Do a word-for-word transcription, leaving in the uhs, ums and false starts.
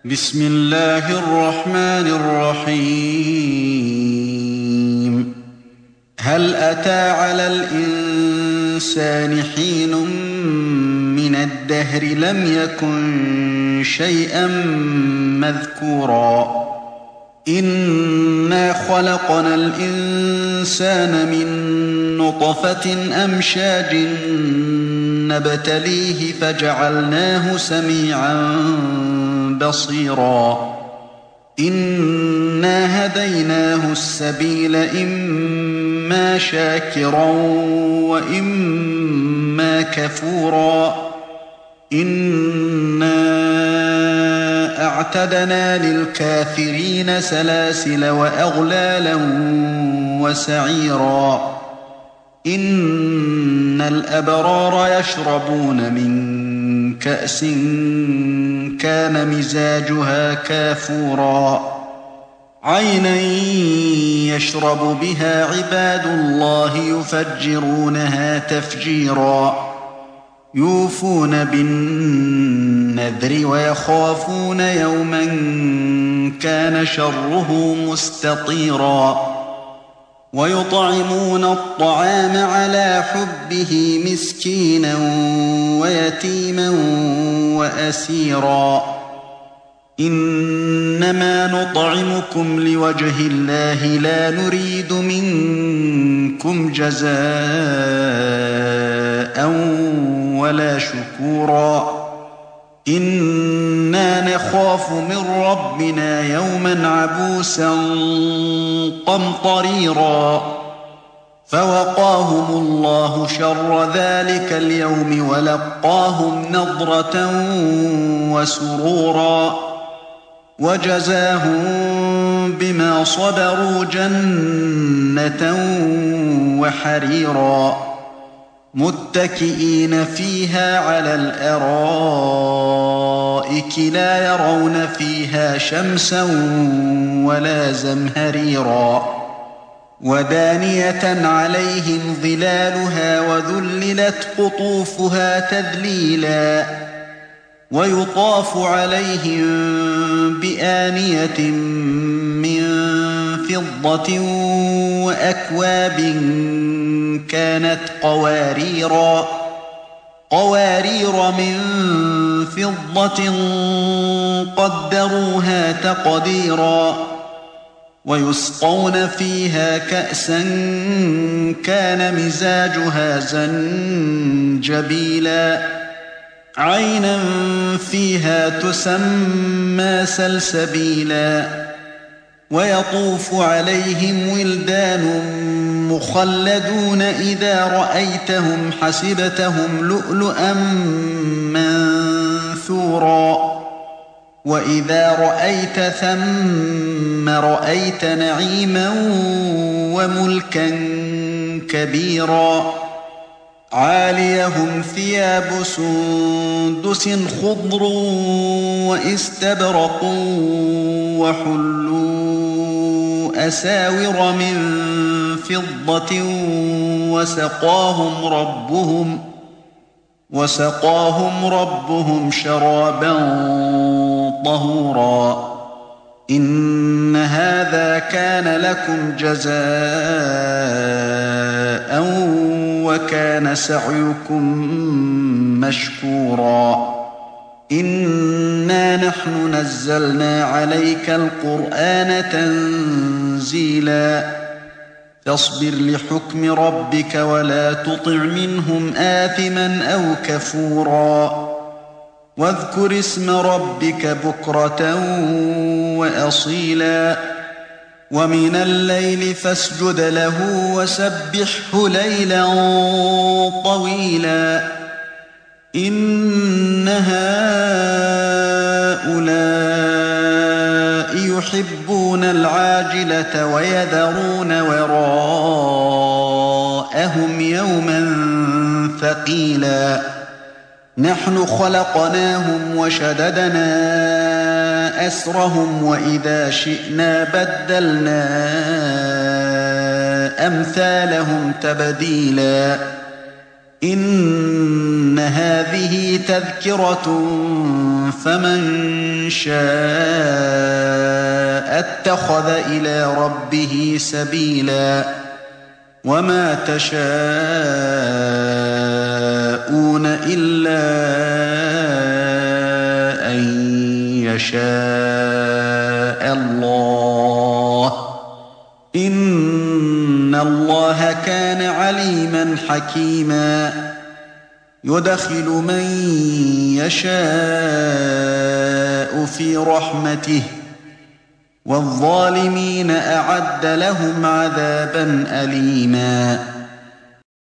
بسم الله الرحمن الرحيم هل أتى على الإنسان حين من الدهر لم يكن شيئا مذكورا إنا خلقنا الإنسان من نطفة أمشاج نبتليه فجعلناه سميعا بصيرا إنا هديناه السبيل إما شاكرا وإما كفورا إنا أعتدنا للكافرين سلاسل وأغلالا وسعيرا إن الأبرار يشربون من كأس كان مزاجها كافورا عينا يشرب بها عباد الله يفجرونها تفجيرا يوفون بالنذر ويخافون يوما كان شره مستطيرا ويطعمون الطعام على حبه مسكينا ويتيما وأسيرا إنما نطعمكم لوجه الله لا نريد منكم جزاء ولا شكورا إنا نخاف من ربنا يوما عبوسا قمطريرا فوقاهم الله شر ذلك اليوم ولقاهم نضرة وسرورا وجزاهم بما صبروا جنة وحريرا متكئين فيها على الأرائك لا يرون فيها شمسا ولا زمهريرا ودانية عليهم ظلالها وذللت قطوفها تذليلا ويطاف عليهم بآنية من فضة وأكواب كانت قواريرا قوارير من فضة قدروها تقديرا ويسقون فيها كأسا كان مزاجها زنجبيلا عينا فيها تسمى سلسبيلا ويطوف عليهم ولدان مخلدون إذا رأيتهم حسبتهم لؤلؤا منثورا وإذا رأيت ثم رأيت نعيما وملكا كبيرا عاليهم ثياب سندس خضر واستبرق وحلوا أساور من فضة وسقاهم ربهم وسقاهم ربهم شرابا طهورا إن هذا كان لكم جزاء وكان سعيكم مشكورا إنا نحن نزلنا عليك القرآن تنزيلا فاصبر لحكم ربك ولا تطع منهم آثما أو كفورا واذكر اسم ربك بكرة وأصيلا ومن الليل فاسجد له وسبحه ليلا طويلا إن هؤلاء يحبون العاجلة ويذرون وراءهم يوما ثقيلا نحن خلقناهم وشددنا أسرهم وإذا شئنا بدلنا أمثالهم تبديلا إن هذه تذكرة فمن شاء اتخذ إلى ربه سبيلا وما تشاءون إلا أن يشاء الله إن الله كان عليما حكيما يدخل من يشاء في رحمته والظالمين أعد لهم عذابا أليما